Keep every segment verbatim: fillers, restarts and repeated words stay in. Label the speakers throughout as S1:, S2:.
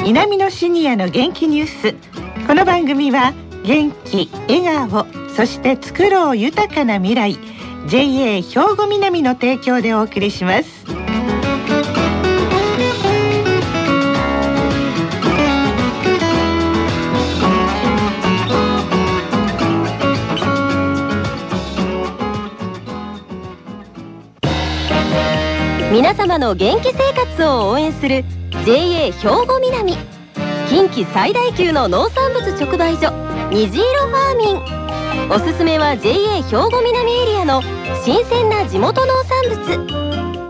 S1: 南のシニアの元気ニュース。この番組は元気、笑顔、そして作ろう豊かな未来 ジェイエー 兵庫南の提供でお送りします。
S2: 皆様の元気生活を応援する ジェイエー 兵庫南、近畿最大級の農産物直売所にじいろファーミン。おすすめは ジェイエー 兵庫南エリアの新鮮な地元農産物。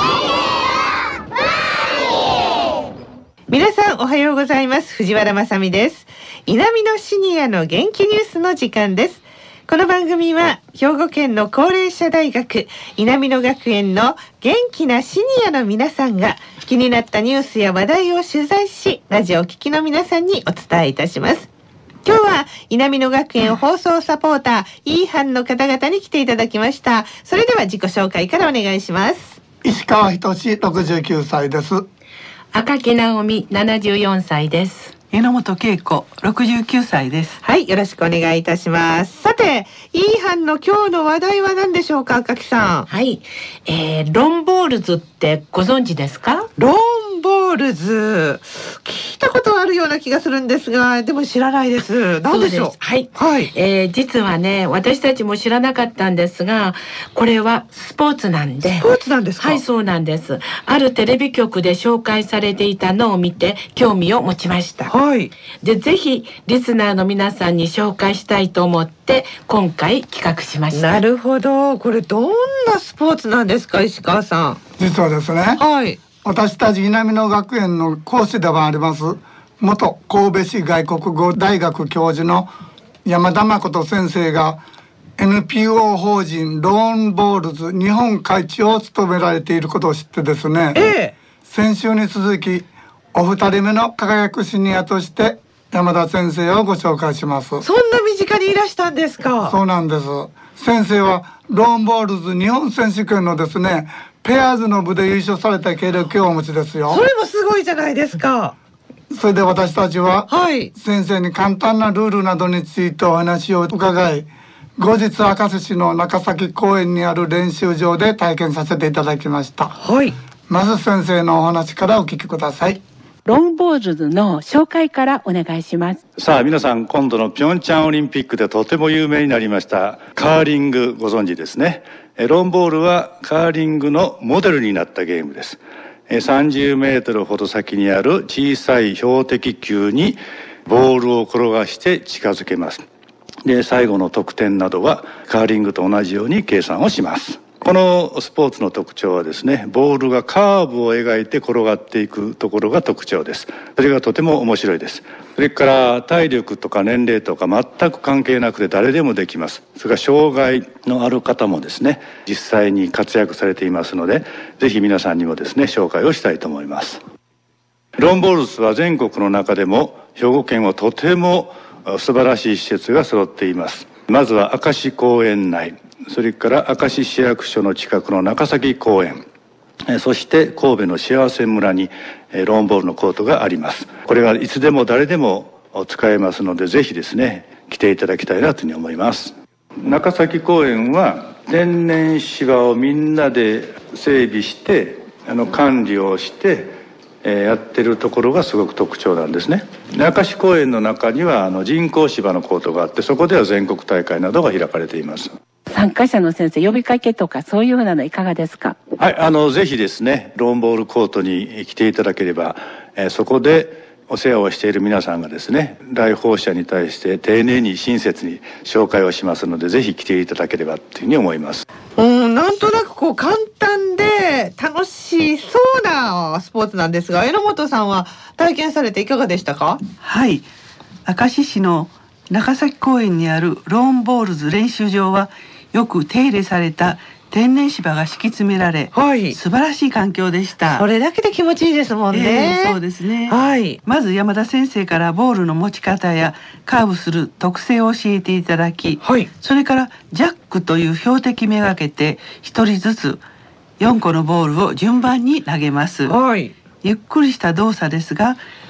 S1: 皆さんおはようございます。藤原まさみです。南のシニアの元気ニュースの時間です。この番組は兵庫県の高齢者大学南野学園の元気なシニアの皆さんが気になったニュースや話題を取材し、ラジオを聴きの皆さんにお伝えいたします。今日は南野学園放送サポーターイーハンの方々に来ていただきました。それでは自己紹介からお願いします。
S3: 石川仁ろくじゅうきゅうさいです。
S4: 赤木直美ななじゅうよんさいです。
S5: 榎本恵子ろくじゅうきゅうさいです。
S1: はい、よろしくお願いいたします。さて、イーハンの今日の話題は何でしょうか、赤木さん。
S4: はい、えー、ロンボールズってご存知ですか？
S1: ロンボールズ、聞いたことあるような気がするんですが、でも知らないです。何でしょう？
S4: そうです。はい、
S1: はい、
S4: えー、実はね、私たちも知らなかったんですが、これはスポーツなんで。
S1: スポーツなんですか？
S4: はい、そうなんです。あるテレビ局で紹介されていたのを見て興味を持ちました。
S1: はい。
S4: で、ぜひリスナーの皆さんに紹介したいと思って今回企画しました。
S1: なるほど。これどんなスポーツなんですか、石川さん？
S3: 実はですね、
S1: はい、
S3: 私たち南野学園の講師でもあります元神戸市外国語大学教授の山田誠先生が エヌピーオー 法人ローンボールズ日本会長を務められていることを知ってですね、
S1: ええ、
S3: 先週に続きお二人目の輝くシニアとして山田先生をご紹介します。
S1: そんな身近にいらしたんですか？
S3: そうなんです。先生はローンボールズ日本選手権のですねペアーズの部で優勝された経歴をお持ちですよ。
S1: それもすごいじゃないですか。
S3: それで私たちは、
S1: はい、
S3: 先生に簡単なルールなどについてお話を伺い、後日明石市の中崎公園にある練習場で体験させていただきました。
S1: はい、
S3: まず先生のお話からお聞きください。
S6: ロンボールズの紹介からお願いします。
S7: さあ皆さん、今度のピョンチャンオリンピックでとても有名になりましたカーリング、ご存知ですね。ロンボールはカーリングのモデルになったゲームです。さんじゅうメートルほど先にある小さい標的球にボールを転がして近づけます。で、最後の得点などはカーリングと同じように計算をします。このスポーツの特徴はですね、ボールがカーブを描いて転がっていくところが特徴です。それがとても面白いです。それから体力とか年齢とか全く関係なくて誰でもできます。それから障害のある方もですね、実際に活躍されていますので、ぜひ皆さんにもですね、紹介をしたいと思います。ロンボールズは全国の中でも兵庫県はとても素晴らしい施設が揃っています。まずは明石公園内、それから明石市役所の近くの中崎公園、そして神戸の幸せ村にローンボールのコートがあります。これはいつでも誰でも使えますので、ぜひですね来ていただきたいなというふうに思います。中崎公園は天然芝をみんなで整備してあの管理をしてえー、やってるところがすごく特徴なんですね。明石公園の中にはあの人工芝のコートがあって、そこでは全国大会などが開かれています。
S6: 参加者の先生、呼びかけとかそういうふうなのいかがですか？
S7: はい、あのぜひですねローンボールコートに来ていただければ、えー、そこでお世話をしている皆さんがですね来訪者に対して丁寧に親切に紹介をしますので、ぜひ来ていただければというふうに思います。
S1: うん、なんとなくこう簡単で楽しそうなスポーツなんですが、榎本さんは体験されていかがでしたか？
S5: はい、明石市の中崎公園にあるローンボールズ練習場はよく手入れされた天然芝が敷き詰められ、
S1: はい、
S5: 素晴らしい環境でした。
S1: それだけで気持ちいいですもんね。
S5: えー、そうですね。
S1: はい、
S5: まず山田先生からボールの持ち方やカーブする特性を教えていただき、
S1: はい、
S5: それからジャックという標的めがけて一人ずつよんこのボールを順番に投げます。
S1: はい、
S5: ゆっくりした動作ですが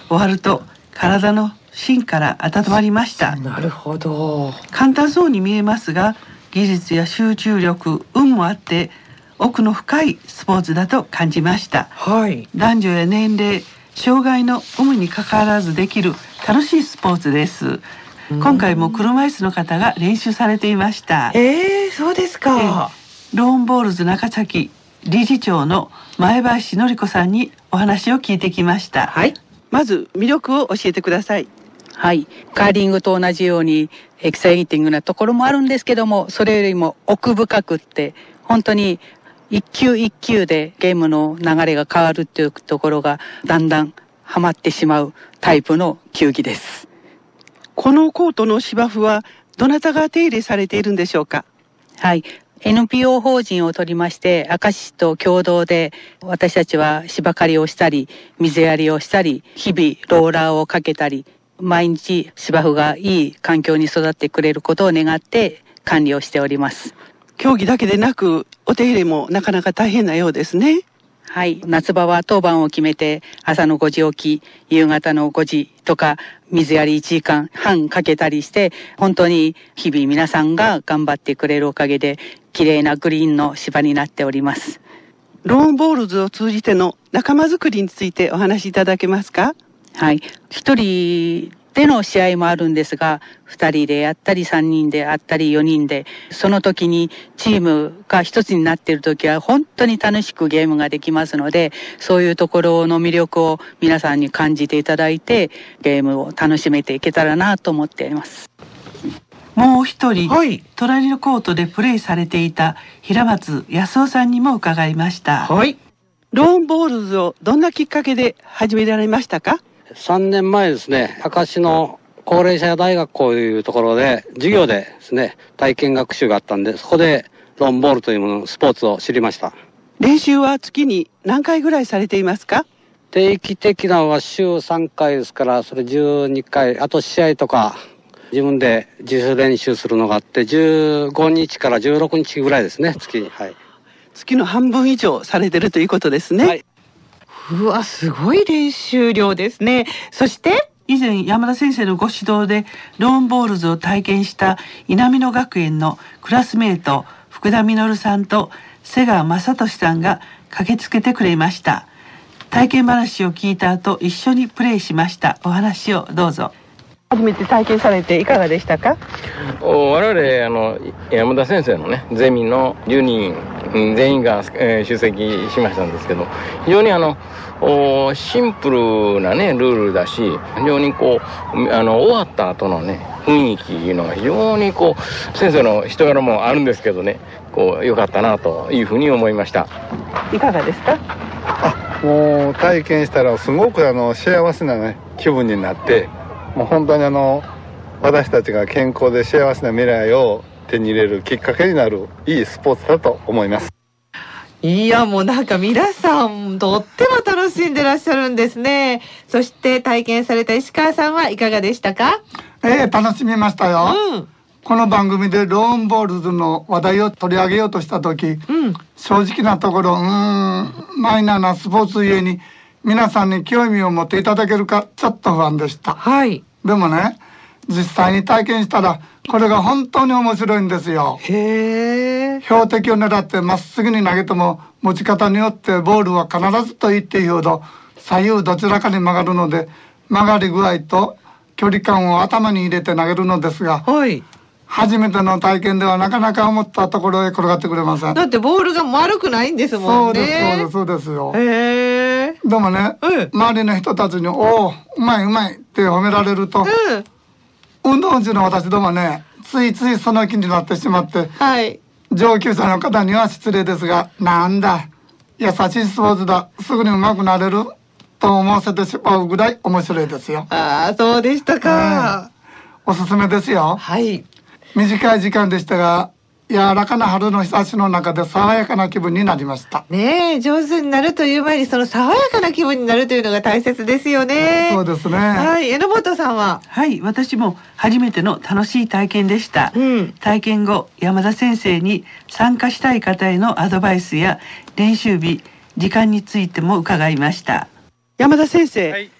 S5: 終わると体の芯から温まりました。
S4: なるほど。
S5: 簡単そうに見えますが、技術や集中力、運もあって奥の深いスポーツだと感じました。
S1: はい。
S5: 男女や年齢、障害の有無にかかわらずできる楽しいスポーツです。今回も車椅子の方が練習されていました。
S1: えー、そうですか。
S5: ローンボールズ長崎理事長の前林典子さんにお話を聞いてきました。
S1: はい。
S5: まず魅力を教えてください。
S6: はい、カーリングと同じようにエキサイティングなところもあるんですけども、それよりも奥深くって本当に一球一球でゲームの流れが変わるっていうところがだんだんハマってしまうタイプの球技です。
S5: このコートの芝生はどなたが手入れされているんでしょうか。
S6: はい、エヌピーオー 法人を取りまして明石市と共同で私たちは芝刈りをしたり水やりをしたり日々ローラーをかけたり毎日芝生がいい環境に育ってくれることを願って管理をしております。
S5: 競技だけでなくお手入れもなかなか大変なようですね。
S6: はい、夏場は当番を決めて朝のごじ起き、夕方のごじとか水やりいちじかんはんかけたりして本当に日々皆さんが頑張ってくれるおかげで綺麗なグリーンの芝になっております。
S5: ローンボールズを通じての仲間づくりについてお話しいただけますか。
S6: はい、一人での試合もあるんですが二人でやったり三人であったり四人でその時にチームが一つになっている時は本当に楽しくゲームができますのでそういうところの魅力を皆さんに感じていただいてゲームを楽しめていけたらなと思っています。
S5: もう一人、
S1: はい、
S5: 隣のコートでプレーされていた平松康夫さんにも伺いました。
S1: はい。
S5: ローンボールズをどんなきっかけで始められましたか。
S8: さんねんまえですね、明石の高齢者大学校というところで授業でですね体験学習があったんでそこでローンボールというものスポーツを知りました。
S5: 練習は月に何回ぐらいされていますか。
S8: 定期的なのは週さんかいですからそれじゅうにかい、あと試合とか自分で自主練習するのがあってじゅうごにちからじゅうろくにちぐらいですね月に。はい、
S5: 月の半分以上されてるということですね。はい、
S1: うわ、すごい練習量ですね。そして
S5: 以前山田先生のご指導でローンボールズを体験した稲美野学園のクラスメート福田実さんと瀬川正俊さんが駆けつけてくれました。体験話を聞いた後一緒にプレーしました。お話をどうぞ。初めて体験されていかがでしたか。
S9: 我々あの山田先生のねゼミのじゅうにん全員が、えー、出席しましたんですけど非常にあのシンプルなねルールだし非常にこうあの終わった後のね雰囲気いうのが非常にこう先生の人柄もあるんですけどねこう良かったなというふうに思いました。
S5: いかがですか。
S10: あ、もう体験したらすごくあの幸せな、ね、気分になってもう本当にあの私たちが健康で幸せな未来を手に入れるきっかけになるいいスポーツだと思います。
S1: いやもうなんか皆さんとっても楽しんでらっしゃるんですね。そして体験された石川さんはいかがでしたか。
S3: えー、楽しみましたよ、
S1: うん、
S3: この番組でローンボールズの話題を取り上げようとした時、うん、正直なところうーんマイナーなスポーツゆえに皆さんに興味を持っていただけるかちょっと不安でした。
S1: はい。
S3: でもね実際に体験したらこれが本当に面白いんですよ。
S1: へー。
S3: 標的を狙ってまっすぐに投げても持ち方によってボールは必ずと言っていいほど左右どちらかに曲がるので曲がり具合と距離感を頭に入れて投げるのですが、
S1: はい、
S3: 初めての体験ではなかなか思ったところへ転がってくれません。
S1: だってボールが丸くないんですもんね。
S3: そうですそうですそうですよ。
S1: へー。
S3: でもね、うん、周りの人たちにおおうまいうまいって褒められると、うん、運動中の私どもねついついその気になってしまって、はい、上級者の方には失礼ですがなんだ優しいスポーツだすぐに上手くなれると思わせてしまうぐらい面白いですよ。
S1: ああそうでしたか、
S3: えー、おすすめですよ。
S1: はい。
S3: 短い時間でしたが柔らかな春の日差しの中で爽やかな気分になりました。
S1: ねえ上手になるという前にその爽やかな気分になるというのが大切ですよね。
S3: そうですね。
S1: はい。榎本さんは。
S5: はい、私も初めての楽しい体験でした、うん、体験後山田先生に参加したい方へのアドバイスや練習日時間についても伺いました。山田先生、はい、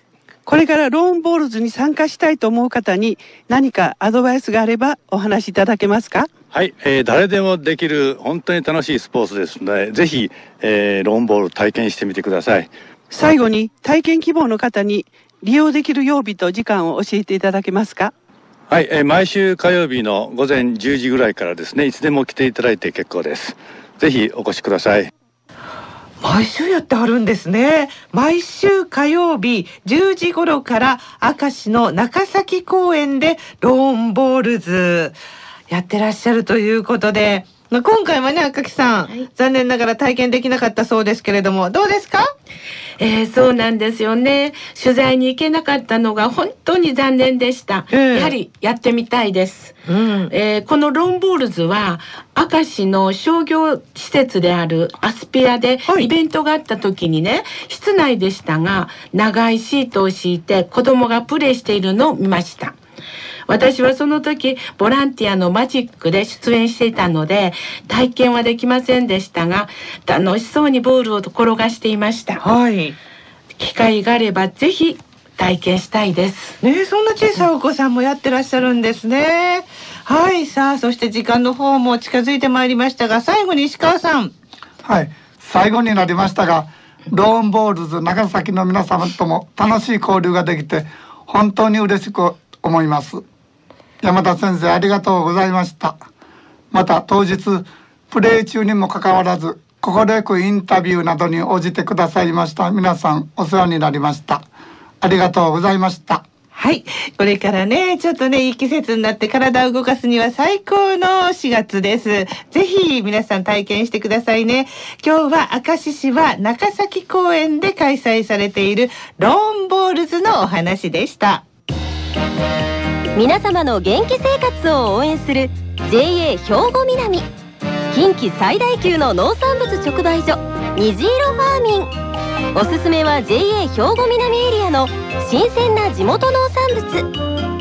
S5: これからローンボールズに参加したいと思う方に何かアドバイスがあればお話しいただけますか？
S7: はい、えー、誰でもできる本当に楽しいスポーツですので、ぜひ、えー、ローンボール体験してみてください。
S5: 最後に体験希望の方に利用できる曜日と時間を教えていただけますか？
S7: はい、えー、毎週火曜日の午前じゅうじぐらいからですね、いつでも来ていただいて結構です。ぜひお越しください。
S1: 毎週やってあるんですね。毎週火曜日じゅうじ頃から明石の中崎公園でローンボールズやってらっしゃるということで、今回はね、赤木さん、はい、残念ながら体験できなかったそうですけれども、どうですか？
S4: えー、そうなんですよね。取材に行けなかったのが本当に残念でした。えー、やはりやってみたいです。うん、えー、このローンボールズは明石の商業施設であるアスピアでイベントがあった時にね、はい、室内でしたが長いシートを敷いて子供がプレイしているのを見ました。私はその時ボランティアのマジックで出演していたので体験はできませんでしたが、楽しそうにボールを転がしていました。はい、機会があればぜひ体験したいです
S1: ね。そんな小さいお子さんもやってらっしゃるんですね。はい、さあそして時間の方も近づいてまいりましたが、最後に石川さん。
S3: はい、最後になりましたが、ローンボールズ長崎の皆様とも楽しい交流ができて本当に嬉しく思います。山田先生、ありがとうございました。また当日プレー中にもかかわらず快くインタビューなどに応じてくださいました皆さん、お世話になりました。ありがとうございました。
S1: はい、これからね、ちょっとね、いい季節になって体を動かすには最高のしがつです。ぜひ皆さん体験してくださいね。今日は明石市は中崎公園で開催されているローンボールズのお話でした。
S2: 皆様の元気生活を応援する ジェーエー 兵庫南、近畿最大級の農産物直売所虹色ファーミン。おすすめは ジェーエー 兵庫南エリアの新鮮な地元農産物。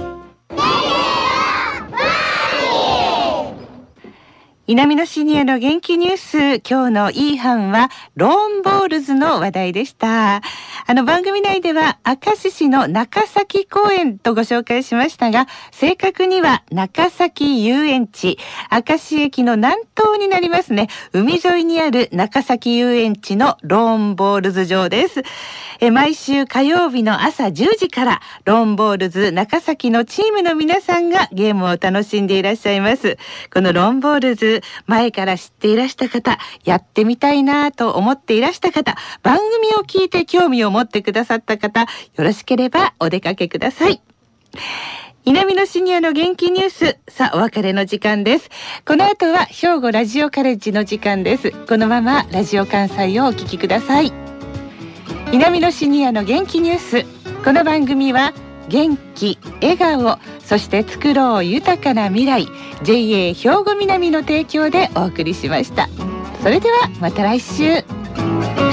S1: 南のシニアの元気ニュース、今日のいい班はローンボールズの話題でした。あの番組内では明石市の中崎公園とご紹介しましたが、正確には中崎遊園地、明石駅の南東になりますね、海沿いにある中崎遊園地のローンボールズ場です。え毎週火曜日の朝じゅうじからローンボールズ中崎のチームの皆さんがゲームを楽しんでいらっしゃいます。このローンボールズ、前から知っていらした方、やってみたいなと思っていらした方、番組を聞いて興味を持ってくださった方、よろしければお出かけください。南のシニアの元気ニュース、さあお別れの時間です。この後は兵庫ラジオカレッジの時間です。このままラジオ関西をお聞きください。南のシニアの元気ニュース、この番組は元気、笑顔、そして作ろう豊かな未来 ジェーエー 兵庫南の提供でお送りしました。それではまた来週。